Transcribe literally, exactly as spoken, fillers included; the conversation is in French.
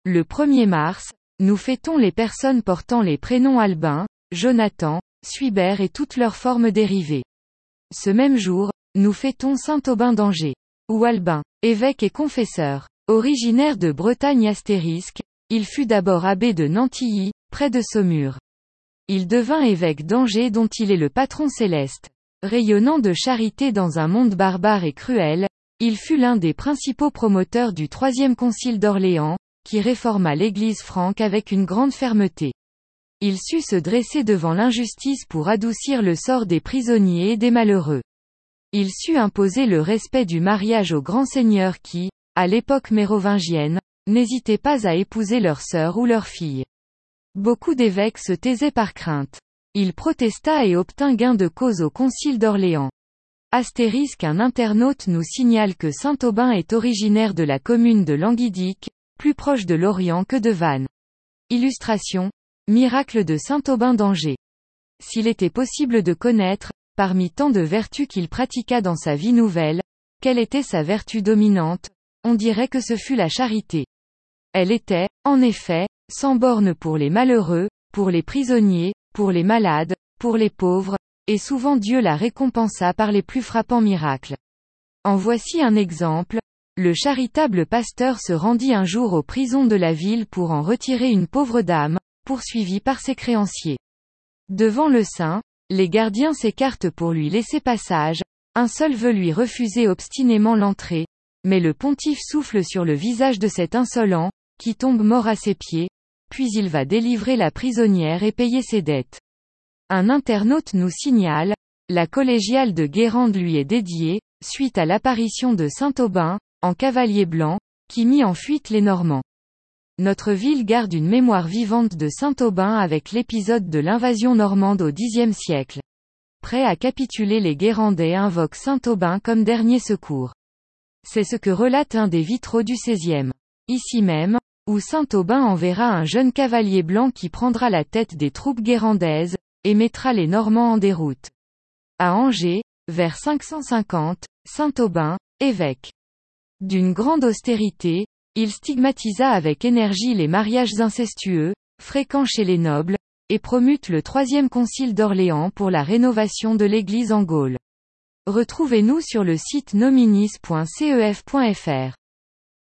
Le premier mars, nous fêtons les personnes portant les prénoms Albin, Jonathan, Suibert et toutes leurs formes dérivées. Ce même jour, nous fêtons saint Aubin d'Angers. Ou Albin, évêque et confesseur. Originaire de Bretagne astérisque, il fut d'abord abbé de Nantilly, près de Saumur. Il devint évêque d'Angers dont il est le patron céleste. Rayonnant de charité dans un monde barbare et cruel, il fut l'un des principaux promoteurs du troisième concile d'Orléans, qui réforma l'Église franque avec une grande fermeté. Il sut se dresser devant l'injustice pour adoucir le sort des prisonniers et des malheureux. Il sut imposer le respect du mariage aux grands seigneurs qui, à l'époque mérovingienne, n'hésitaient pas à épouser leurs sœurs ou leurs filles. Beaucoup d'évêques se taisaient par crainte. Il protesta et obtint gain de cause au concile d'Orléans. Astérisque un internaute nous signale que saint Aubin est originaire de la commune de Languidic, plus proche de Lorient que de Vannes. Illustration. Miracle de saint Aubin d'Angers. S'il était possible de connaître, parmi tant de vertus qu'il pratiqua dans sa vie nouvelle, quelle était sa vertu dominante, on dirait que ce fut la charité. Elle était, en effet, sans borne pour les malheureux, pour les prisonniers, pour les malades, pour les pauvres, et souvent Dieu la récompensa par les plus frappants miracles. En voici un exemple. Le charitable pasteur se rendit un jour aux prisons de la ville pour en retirer une pauvre dame, poursuivie par ses créanciers. Devant le saint, les gardiens s'écartent pour lui laisser passage, un seul veut lui refuser obstinément l'entrée, mais le pontife souffle sur le visage de cet insolent, qui tombe mort à ses pieds, puis il va délivrer la prisonnière et payer ses dettes. Un internaute nous signale, la collégiale de Guérande lui est dédiée, suite à l'apparition de saint Aubin, en cavalier blanc, qui mit en fuite les Normands. Notre ville garde une mémoire vivante de saint Aubin avec l'épisode de l'invasion normande au dixième siècle. Prêts à capituler, les Guérandais invoquent saint Aubin comme dernier secours. C'est ce que relate un des vitraux du seizième. Ici même, où saint Aubin enverra un jeune cavalier blanc qui prendra la tête des troupes guérandaises, et mettra les Normands en déroute. À Angers, vers cinq cent cinquante, saint Aubin, évêque. D'une grande austérité, il stigmatisa avec énergie les mariages incestueux, fréquents chez les nobles, et promute le troisième concile d'Orléans pour la rénovation de l'Église en Gaule. Retrouvez-nous sur le site nominis point cef point fr.